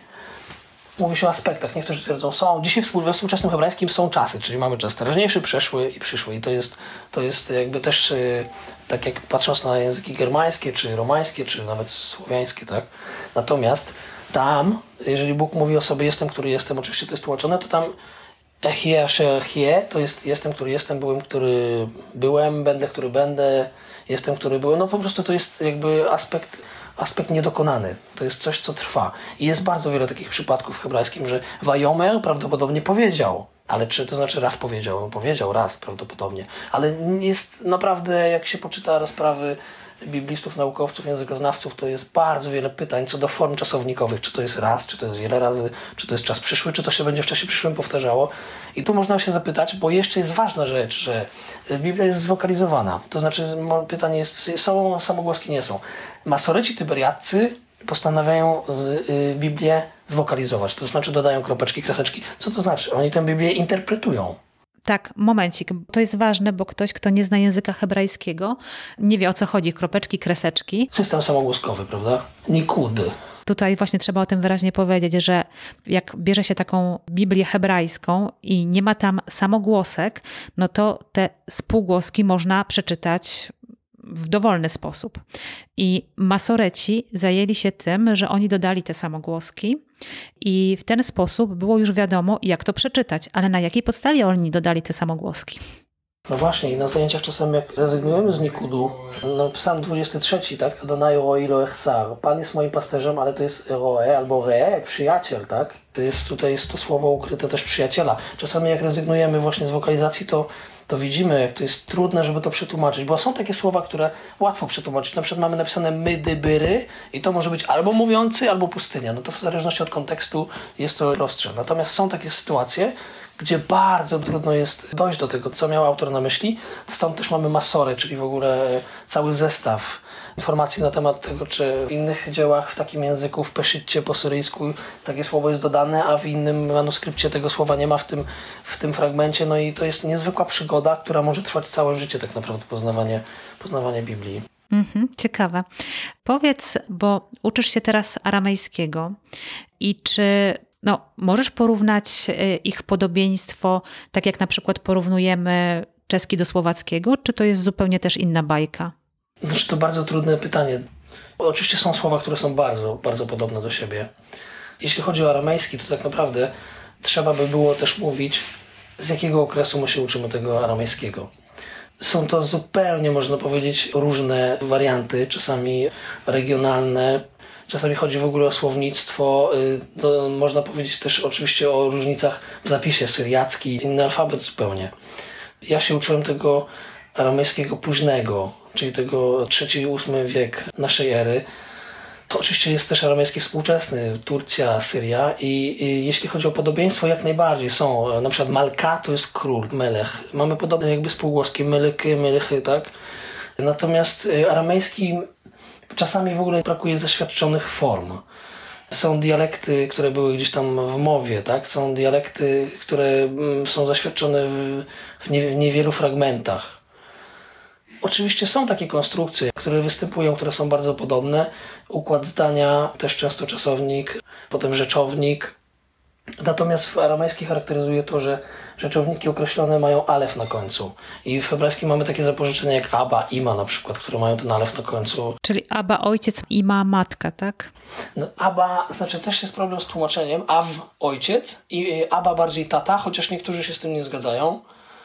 Mówi się o aspektach. Niektórzy twierdzą, są. Dzisiaj we współczesnym hebrajskim są czasy, czyli mamy czas teraźniejszy, przeszły i przyszły. I to jest jakby też, tak jak patrząc na języki germańskie, czy romańskie, czy nawet słowiańskie, tak? Natomiast tam, jeżeli Bóg mówi o sobie jestem, który jestem, oczywiście to jest tłumaczone, to tam Echie, asher chie, to jest jestem, który jestem, byłem, który byłem, będę, który będę, jestem, który byłem. No po prostu to jest jakby aspekt niedokonany. To jest coś, co trwa. I jest bardzo wiele takich przypadków w hebrajskim, że Vajomer prawdopodobnie powiedział. Ale czy to znaczy raz powiedział? No, powiedział raz prawdopodobnie. Ale jest naprawdę, jak się poczyta rozprawy biblistów, naukowców, językoznawców, to jest bardzo wiele pytań co do form czasownikowych. Czy to jest raz, czy to jest wiele razy, czy to jest czas przyszły, czy to się będzie w czasie przyszłym powtarzało. I tu można się zapytać, bo jeszcze jest ważna rzecz, że Biblia jest zwokalizowana. To znaczy pytanie jest, są samogłoski, nie są. Masoreci tyberiaccy postanawiają Biblię zwokalizować. To znaczy dodają kropeczki, kreseczki. Co to znaczy? Oni tę Biblię interpretują. Tak, momencik. To jest ważne, bo ktoś, kto nie zna języka hebrajskiego, nie wie, o co chodzi. Kropeczki, kreseczki. System samogłoskowy, prawda? Nikud. Tutaj właśnie trzeba o tym wyraźnie powiedzieć, że jak bierze się taką Biblię hebrajską i nie ma tam samogłosek, no to te spółgłoski można przeczytać w dowolny sposób. I masoreci zajęli się tym, że oni dodali te samogłoski i w ten sposób było już wiadomo, jak to przeczytać. Ale na jakiej podstawie oni dodali te samogłoski? No właśnie, i na zajęciach czasem jak rezygnujemy z Nikudu, no Psalm 23, tak? Adonai roi lo echsar. Pan jest moim pasterzem, ale to jest roe albo re, przyjaciel, tak? Tutaj jest to słowo ukryte też przyjaciela. Czasami jak rezygnujemy właśnie z wokalizacji, to widzimy, jak to jest trudne, żeby to przetłumaczyć, bo są takie słowa, które łatwo przetłumaczyć. Na przykład mamy napisane mydybyry i to może być albo mówiący, albo pustynia. No to w zależności od kontekstu jest to prostsze. Natomiast są takie sytuacje, gdzie bardzo trudno jest dojść do tego, co miał autor na myśli. Stąd też mamy masorę, czyli w ogóle cały zestaw informacji na temat tego, czy w innych dziełach w takim języku, w peszycie po syryjsku takie słowo jest dodane, a w innym manuskrypcie tego słowa nie ma w tym fragmencie. No i to jest niezwykła przygoda, która może trwać całe życie tak naprawdę, poznawanie Biblii. Ciekawe. Powiedz, bo uczysz się teraz aramejskiego i czy możesz porównać ich podobieństwo, tak jak na przykład porównujemy czeski do słowackiego, czy to jest zupełnie też inna bajka? Znaczy to bardzo trudne pytanie. Oczywiście są słowa, które są bardzo, bardzo podobne do siebie. Jeśli chodzi o aramejski, to tak naprawdę trzeba by było też mówić, z jakiego okresu my się uczymy tego aramejskiego. Są to zupełnie, można powiedzieć, różne warianty, czasami regionalne. Czasami chodzi w ogóle o słownictwo. Można powiedzieć też oczywiście o różnicach w zapisie syriacki, inny alfabet zupełnie. Ja się uczyłem tego aramejskiego późnego, czyli tego III-VIII wiek naszej ery. To oczywiście jest też aramejski współczesny, Turcja, Syria i jeśli chodzi o podobieństwo, jak najbardziej są. Na przykład Malka to jest król, melech. Mamy podobne jakby spółgłoski, melyky, melychy, tak? Natomiast aramejski czasami w ogóle brakuje zaświadczonych form. Są dialekty, które były gdzieś tam w mowie, tak? Są dialekty, które są zaświadczone w niewielu fragmentach. Oczywiście są takie konstrukcje, które występują, które są bardzo podobne. Układ zdania, też często czasownik, potem rzeczownik. Natomiast w aramejskim charakteryzuje to, że rzeczowniki określone mają alef na końcu. I w hebrajskim mamy takie zapożyczenia jak Abba, Ima na przykład, które mają ten alef na końcu. Czyli Abba ojciec, Ima matka, tak? No, Abba, znaczy też jest problem z tłumaczeniem. Av ojciec i Abba bardziej tata, chociaż niektórzy się z tym nie zgadzają.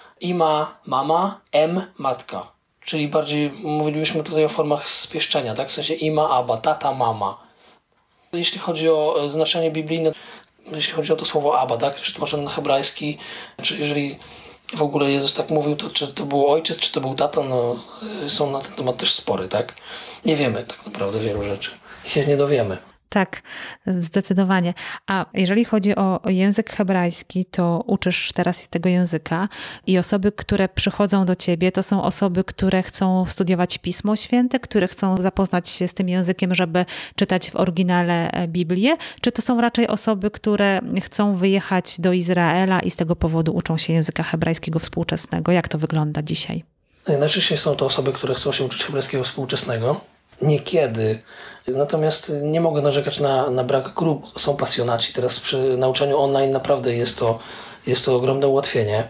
Ima mama, M matka. Czyli bardziej mówilibyśmy tutaj o formach spieszczenia, tak? W sensie Ima, Abba, tata, mama. Jeśli chodzi o znaczenie biblijne, jeśli chodzi o to słowo Abba, tak? Czy tłumaczone na hebrajski, czy jeżeli w ogóle Jezus tak mówił, to czy to był ojciec, czy to był tata, no są na ten temat też spory, tak? Nie wiemy tak naprawdę wielu rzeczy. I się nie dowiemy. Tak, zdecydowanie. A jeżeli chodzi o język hebrajski, to uczysz teraz tego języka i osoby, które przychodzą do ciebie, to są osoby, które chcą studiować Pismo Święte, które chcą zapoznać się z tym językiem, żeby czytać w oryginale Biblię, czy to są raczej osoby, które chcą wyjechać do Izraela i z tego powodu uczą się języka hebrajskiego współczesnego? Jak to wygląda dzisiaj? Najczęściej są to osoby, które chcą się uczyć hebrajskiego współczesnego. Niekiedy. Natomiast nie mogę narzekać na brak grup. Są pasjonaci. Teraz przy nauczaniu online naprawdę jest to ogromne ułatwienie,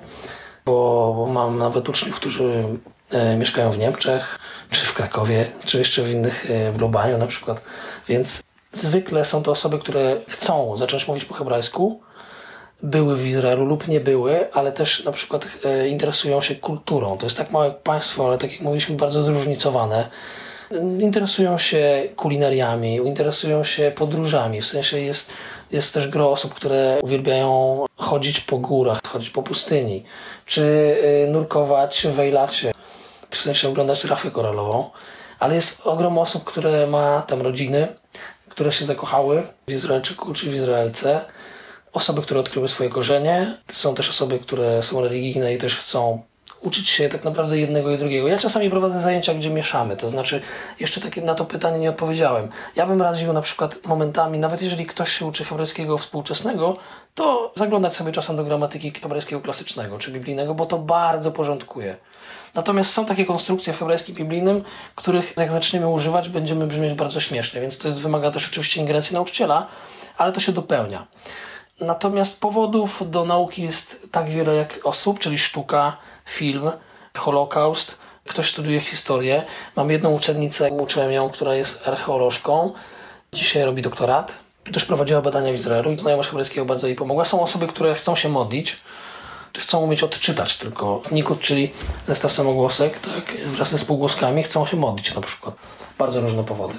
bo mam nawet uczniów, którzy mieszkają w Niemczech, czy w Krakowie, czy jeszcze w innych, w Lubaniu na przykład. Więc zwykle są to osoby, które chcą zacząć mówić po hebrajsku, były w Izraelu lub nie były, ale też na przykład interesują się kulturą. To jest tak małe państwo, ale tak jak mówiliśmy, bardzo zróżnicowane. Interesują się kulinariami, interesują się podróżami. W sensie jest też gro osób, które uwielbiają chodzić po górach, chodzić po pustyni, czy nurkować w Ejlacie, w sensie oglądać rafę koralową. Ale jest ogrom osób, które ma tam rodziny, które się zakochały w Izraelczyku czy w Izraelce. Osoby, które odkryły swoje korzenie. Są też osoby, które są religijne i też chcą uczyć się tak naprawdę jednego i drugiego. Ja czasami prowadzę zajęcia, gdzie mieszamy. To znaczy, jeszcze takie na to pytanie nie odpowiedziałem. Ja bym radził na przykład momentami, nawet jeżeli ktoś się uczy hebrajskiego współczesnego, to zaglądać sobie czasem do gramatyki hebrajskiego klasycznego czy biblijnego, bo to bardzo porządkuje. Natomiast są takie konstrukcje w hebrajskim biblijnym, których jak zaczniemy używać, będziemy brzmieć bardzo śmiesznie, więc to wymaga też oczywiście ingerencji nauczyciela, ale to się dopełnia. Natomiast powodów do nauki jest tak wiele jak osób, czyli sztuka, film, Holokaust. Ktoś studiuje historię. Mam jedną uczennicę, uczyłem ją, która jest archeolożką. Dzisiaj robi doktorat. Też prowadziła badania w Izraelu i znajomość hebrajskiego bardzo jej pomogła. Są osoby, które chcą się modlić, czy chcą umieć odczytać tylko nikud, czyli zestaw samogłosek, tak, wraz ze spółgłoskami, chcą się modlić na przykład. Bardzo różne powody.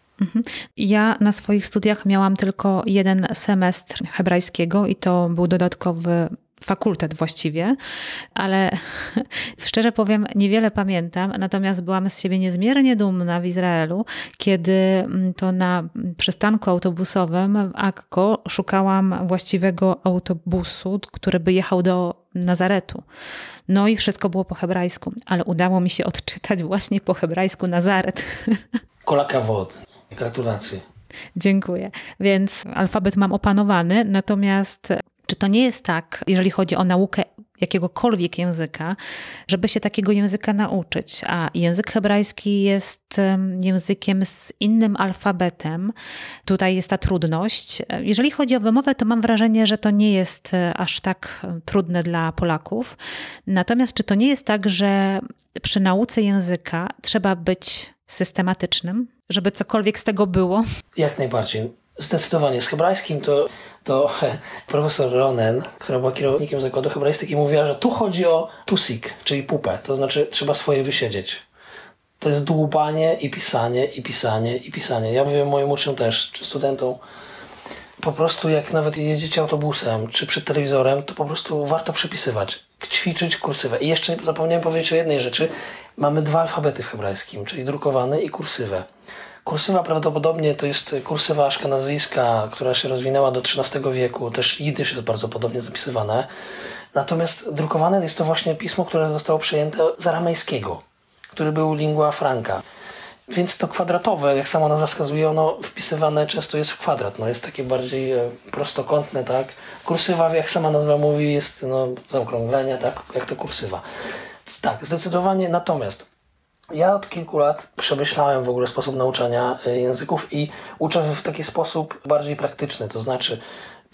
Ja na swoich studiach miałam tylko jeden semestr hebrajskiego i to był dodatkowy fakultet właściwie, ale szczerze powiem, niewiele pamiętam, natomiast byłam z siebie niezmiernie dumna w Izraelu, kiedy to na przystanku autobusowym w Akko szukałam właściwego autobusu, który by jechał do Nazaretu. No i wszystko było po hebrajsku, ale udało mi się odczytać właśnie po hebrajsku Nazaret. Kolaka wod. Gratulacje. Dziękuję. Więc alfabet mam opanowany, natomiast czy to nie jest tak, jeżeli chodzi o naukę jakiegokolwiek języka, żeby się takiego języka nauczyć? A język hebrajski jest językiem z innym alfabetem. Tutaj jest ta trudność. Jeżeli chodzi o wymowę, to mam wrażenie, że to nie jest aż tak trudne dla Polaków. Natomiast czy to nie jest tak, że przy nauce języka trzeba być systematycznym, żeby cokolwiek z tego było? Jak najbardziej. Zdecydowanie. Z hebrajskim to profesor Ronen, która była kierownikiem zakładu hebraistyki, mówiła, że tu chodzi o tusik, czyli pupę. To znaczy trzeba swoje wysiedzieć. To jest dłubanie i pisanie, i pisanie, i pisanie. Ja mówię moim uczniom też, czy studentom, po prostu jak nawet jedziecie autobusem, czy przed telewizorem, to po prostu warto przepisywać, ćwiczyć kursywę. I jeszcze zapomniałem powiedzieć o jednej rzeczy. Mamy 2 alfabety w hebrajskim, czyli drukowany i kursywę. Kursywa prawdopodobnie to jest kursywa aszkenazyjska, która się rozwinęła do XIII wieku. Też jidysz jest bardzo podobnie zapisywane. Natomiast drukowane jest to właśnie pismo, które zostało przejęte z aramejskiego, który był lingua franca. Więc to kwadratowe, jak sama nazwa wskazuje, ono wpisywane często jest w kwadrat. No jest takie bardziej prostokątne, tak. Kursywa, jak sama nazwa mówi, jest zaokrąglenie, tak, jak to kursywa. Tak, zdecydowanie. Natomiast ja od kilku lat przemyślałem w ogóle sposób nauczania języków i uczę w taki sposób bardziej praktyczny. To znaczy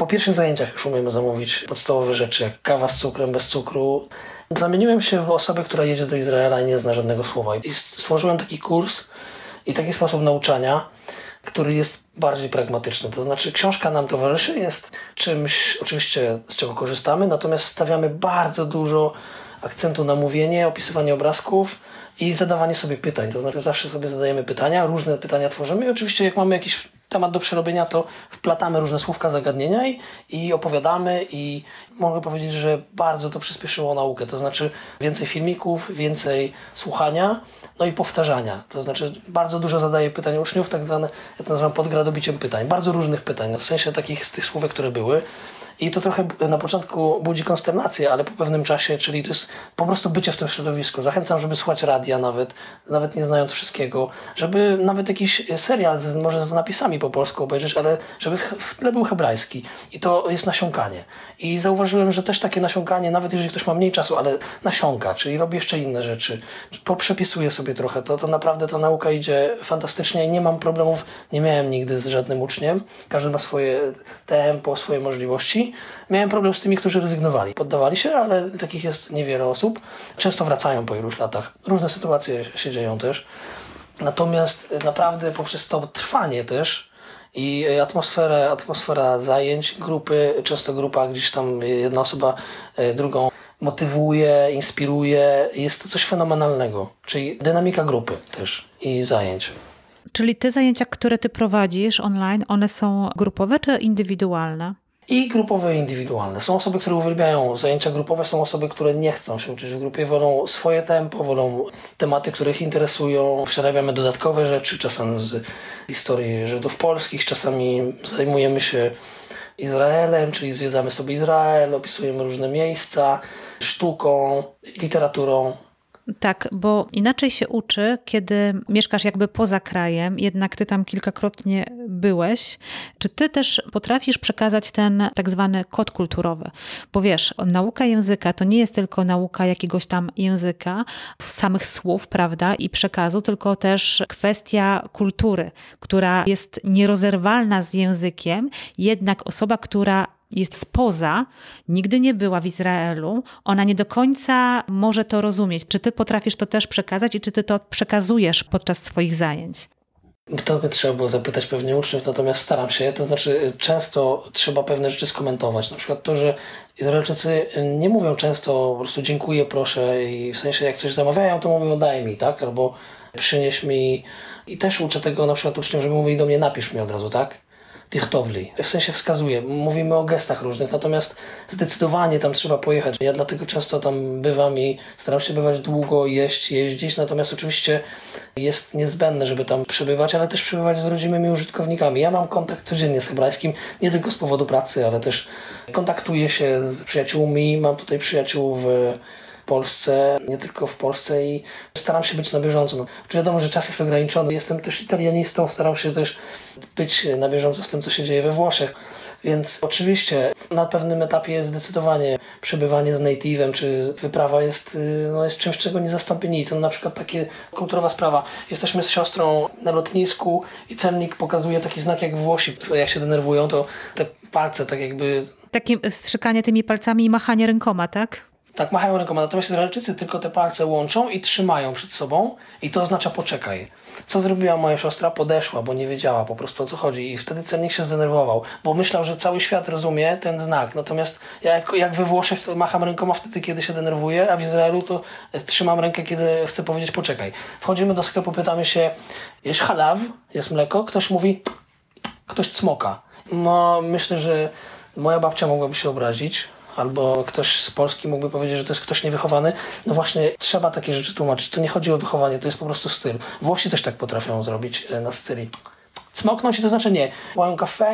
Po pierwszych zajęciach już umiemy zamówić podstawowe rzeczy, jak kawa z cukrem, bez cukru. Zamieniłem się w osobę, która jedzie do Izraela i nie zna żadnego słowa. I stworzyłem taki kurs i taki sposób nauczania, który jest bardziej pragmatyczny. To znaczy książka nam towarzyszy, jest czymś oczywiście z czego korzystamy, natomiast stawiamy bardzo dużo akcentu na mówienie, opisywanie obrazków i zadawanie sobie pytań. To znaczy zawsze sobie zadajemy pytania, różne pytania tworzymy i oczywiście jak mamy jakiś temat do przerobienia, to wplatamy różne słówka, zagadnienia i opowiadamy i mogę powiedzieć, że bardzo to przyspieszyło naukę. To znaczy więcej filmików, więcej słuchania, no i powtarzania. To znaczy bardzo dużo zadaję pytań uczniów, tak zwane, ja to nazywam podgradobiciem pytań. Bardzo różnych pytań, w sensie takich z tych słówek, które były. I to trochę na początku budzi konsternację, ale po pewnym czasie, czyli to jest po prostu bycie w tym środowisku. Zachęcam, żeby słuchać radia nawet nie znając wszystkiego, żeby nawet jakiś serial może z napisami po polsku obejrzeć, ale żeby w tle był hebrajski. I to jest nasiąkanie. I zauważyłem, że też takie nasiąkanie, nawet jeżeli ktoś ma mniej czasu, ale nasiąka, czyli robi jeszcze inne rzeczy, poprzepisuje sobie trochę, to naprawdę ta nauka idzie fantastycznie i nie mam problemów, nie miałem nigdy z żadnym uczniem. Każdy ma swoje tempo, swoje możliwości. Miałem problem z tymi, którzy rezygnowali. Poddawali się, ale takich jest niewiele osób. Często wracają po iluś latach. Różne sytuacje się dzieją też. Natomiast naprawdę poprzez to trwanie też i atmosfera zajęć, grupy, często grupa gdzieś tam jedna osoba drugą motywuje, inspiruje. Jest to coś fenomenalnego. Czyli dynamika grupy też i zajęć. Czyli te zajęcia, które ty prowadzisz online, one są grupowe czy indywidualne? I grupowe, i indywidualne. Są osoby, które uwielbiają zajęcia grupowe, są osoby, które nie chcą się uczyć w grupie, wolą swoje tempo, wolą tematy, które ich interesują. Przerabiamy dodatkowe rzeczy, czasem z historii Żydów polskich, czasami zajmujemy się Izraelem, czyli zwiedzamy sobie Izrael, opisujemy różne miejsca, sztuką, literaturą. Tak, bo inaczej się uczy, kiedy mieszkasz jakby poza krajem, jednak ty tam kilkakrotnie byłeś. Czy ty też potrafisz przekazać ten tak zwany kod kulturowy? Bo wiesz, nauka języka to nie jest tylko nauka jakiegoś tam języka, z samych słów, prawda, i przekazu, tylko też kwestia kultury, która jest nierozerwalna z językiem, jednak osoba, która jest spoza, nigdy nie była w Izraelu, ona nie do końca może to rozumieć. Czy ty potrafisz to też przekazać i czy ty to przekazujesz podczas swoich zajęć? To by trzeba było zapytać pewnie uczniów, natomiast staram się. To znaczy często trzeba pewne rzeczy skomentować. Na przykład to, że Izraelczycy nie mówią często po prostu dziękuję, proszę i w sensie jak coś zamawiają, to mówią daj mi, tak? Albo przynieś mi. I też uczę tego na przykład uczniów, żeby mówili do mnie napisz mi od razu, tak? Tichtowli. W sensie wskazuje. Mówimy o gestach różnych, natomiast zdecydowanie tam trzeba pojechać. Ja dlatego często tam bywam i staram się bywać długo, jeździć, natomiast oczywiście jest niezbędne, żeby tam przebywać, ale też przebywać z rodzimymi użytkownikami. Ja mam kontakt codziennie z hebrajskim, nie tylko z powodu pracy, ale też kontaktuję się z przyjaciółmi. Mam tutaj przyjaciół w Polsce, nie tylko w Polsce i staram się być na bieżąco. No, wiadomo, że czas jest ograniczony. Jestem też italianistą, staram się też być na bieżąco z tym, co się dzieje we Włoszech. Więc oczywiście na pewnym etapie zdecydowanie przebywanie z native'em czy wyprawa jest czymś, czego nie zastąpi nic. No, na przykład takie kulturowa sprawa. Jesteśmy z siostrą na lotnisku i celnik pokazuje taki znak jak Włosi. Jak się denerwują, to te palce tak jakby... Takie strzykanie tymi palcami i machanie rękoma, tak? Tak, machają rękoma. Natomiast Izraelczycy tylko te palce łączą i trzymają przed sobą i to oznacza poczekaj. Co zrobiła moja siostra? Podeszła, bo nie wiedziała po prostu o co chodzi i wtedy celnik się zdenerwował, bo myślał, że cały świat rozumie ten znak. Natomiast ja jak we Włoszech to macham rękoma wtedy, kiedy się denerwuję, a w Izraelu to trzymam rękę, kiedy chcę powiedzieć poczekaj. Wchodzimy do sklepu, pytamy się, jest halaw, jest mleko? Ktoś mówi, ktoś cmoka. No myślę, że moja babcia mogłaby się obrazić. Albo ktoś z Polski mógłby powiedzieć, że to jest ktoś niewychowany. No właśnie, trzeba takie rzeczy tłumaczyć. To nie chodzi o wychowanie, to jest po prostu styl. Włosi też tak potrafią zrobić na scenie. Cmoknąć i to znaczy nie. Łają kafę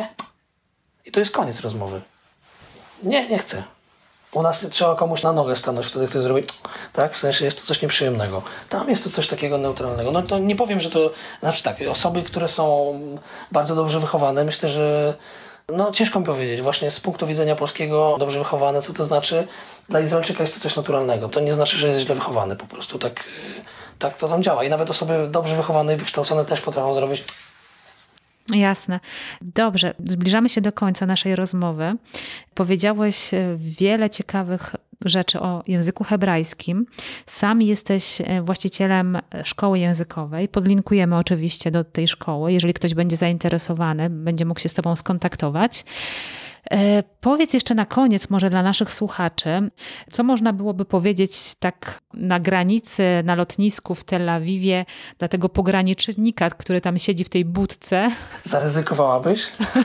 i to jest koniec rozmowy. Nie chcę. U nas trzeba komuś na nogę stanąć wtedy, ktoś zrobi tak, w sensie jest to coś nieprzyjemnego. Tam jest to coś takiego neutralnego. No to nie powiem, że to... Znaczy tak, osoby, które są bardzo dobrze wychowane, myślę, że no ciężko mi powiedzieć, właśnie z punktu widzenia polskiego dobrze wychowane, co to znaczy? Dla Izraelczyka jest to coś naturalnego. To nie znaczy, że jest źle wychowany, po prostu tak to tam działa. I nawet osoby dobrze wychowane i wykształcone też potrafią zrobić Jasne. Dobrze, zbliżamy się do końca naszej rozmowy. Powiedziałeś wiele ciekawych rzeczy o języku hebrajskim. Sam jesteś właścicielem szkoły językowej. Podlinkujemy oczywiście do tej szkoły. Jeżeli ktoś będzie zainteresowany, będzie mógł się z Tobą skontaktować. Powiedz jeszcze na koniec może dla naszych słuchaczy, co można byłoby powiedzieć tak na granicy, na lotnisku w Tel Awiwie dla tego pogranicznika, który tam siedzi w tej budce. Zaryzykowałabyś?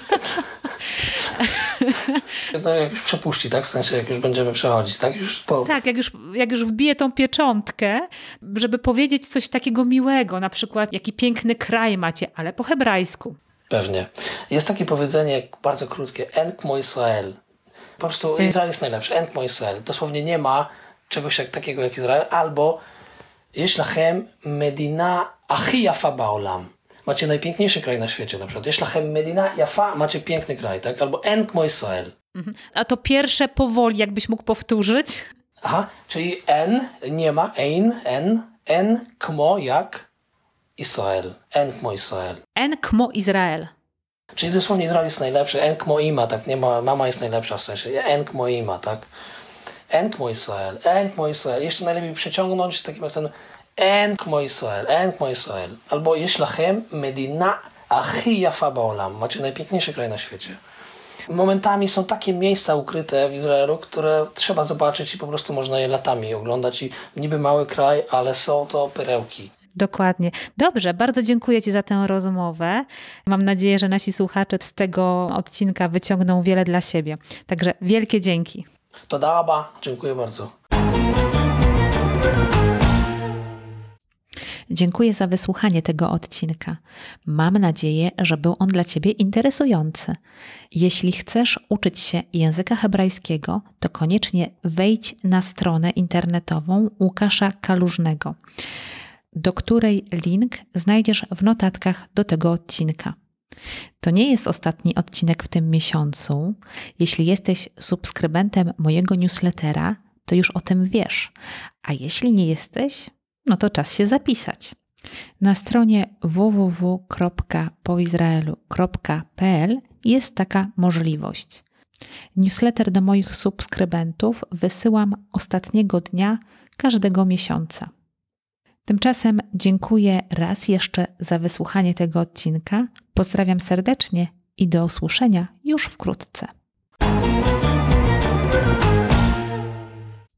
No, jak już przepuści, tak? W sensie, jak już będziemy przechodzić, tak? Tak, jak już wbije tą pieczątkę, żeby powiedzieć coś takiego miłego, na przykład jaki piękny kraj macie, ale po hebrajsku. Pewnie. Jest takie powiedzenie bardzo krótkie, En kmo Israel. Po prostu Izrael jest najlepszy, En kmo Israel. Dosłownie nie ma czegoś takiego jak Izrael, albo Yesh lachem medina achi yafa ba'olam. Macie najpiękniejszy kraj na świecie na przykład. Yesh lachem medina yafa, macie piękny kraj, tak? Albo En kmo Israel. A to pierwsze powoli, jakbyś mógł powtórzyć? Aha, czyli En, nie ma, ein, En kmo jak Israel. En kmo Israel. En kmo Izrael. Czyli dosłownie Izrael jest najlepszy. En kmo ima, tak? Nie ma, mama jest najlepsza w sensie. En kmo ima, tak? En kmo Israel. En kmo Israel. Jeszcze najlepiej przeciągnąć z takim akcentem En kmo Israel. En kmo Israel. Albo Yesh lachem medina achi yafa ba'olam. Macie najpiękniejszy kraj na świecie. Momentami są takie miejsca ukryte w Izraelu, które trzeba zobaczyć i po prostu można je latami oglądać. I niby mały kraj, ale są to perełki. Dokładnie. Dobrze, bardzo dziękuję Ci za tę rozmowę. Mam nadzieję, że nasi słuchacze z tego odcinka wyciągną wiele dla siebie. Także wielkie dzięki. Toda raba. Dziękuję bardzo. Dziękuję za wysłuchanie tego odcinka. Mam nadzieję, że był on dla Ciebie interesujący. Jeśli chcesz uczyć się języka hebrajskiego, to koniecznie wejdź na stronę internetową Łukasza Kalużnego, do której link znajdziesz w notatkach do tego odcinka. To nie jest ostatni odcinek w tym miesiącu. Jeśli jesteś subskrybentem mojego newslettera, to już o tym wiesz. A jeśli nie jesteś, no to czas się zapisać. Na stronie www.poizraelu.pl jest taka możliwość. Newsletter do moich subskrybentów wysyłam ostatniego dnia każdego miesiąca. Tymczasem dziękuję raz jeszcze za wysłuchanie tego odcinka. Pozdrawiam serdecznie i do usłyszenia już wkrótce.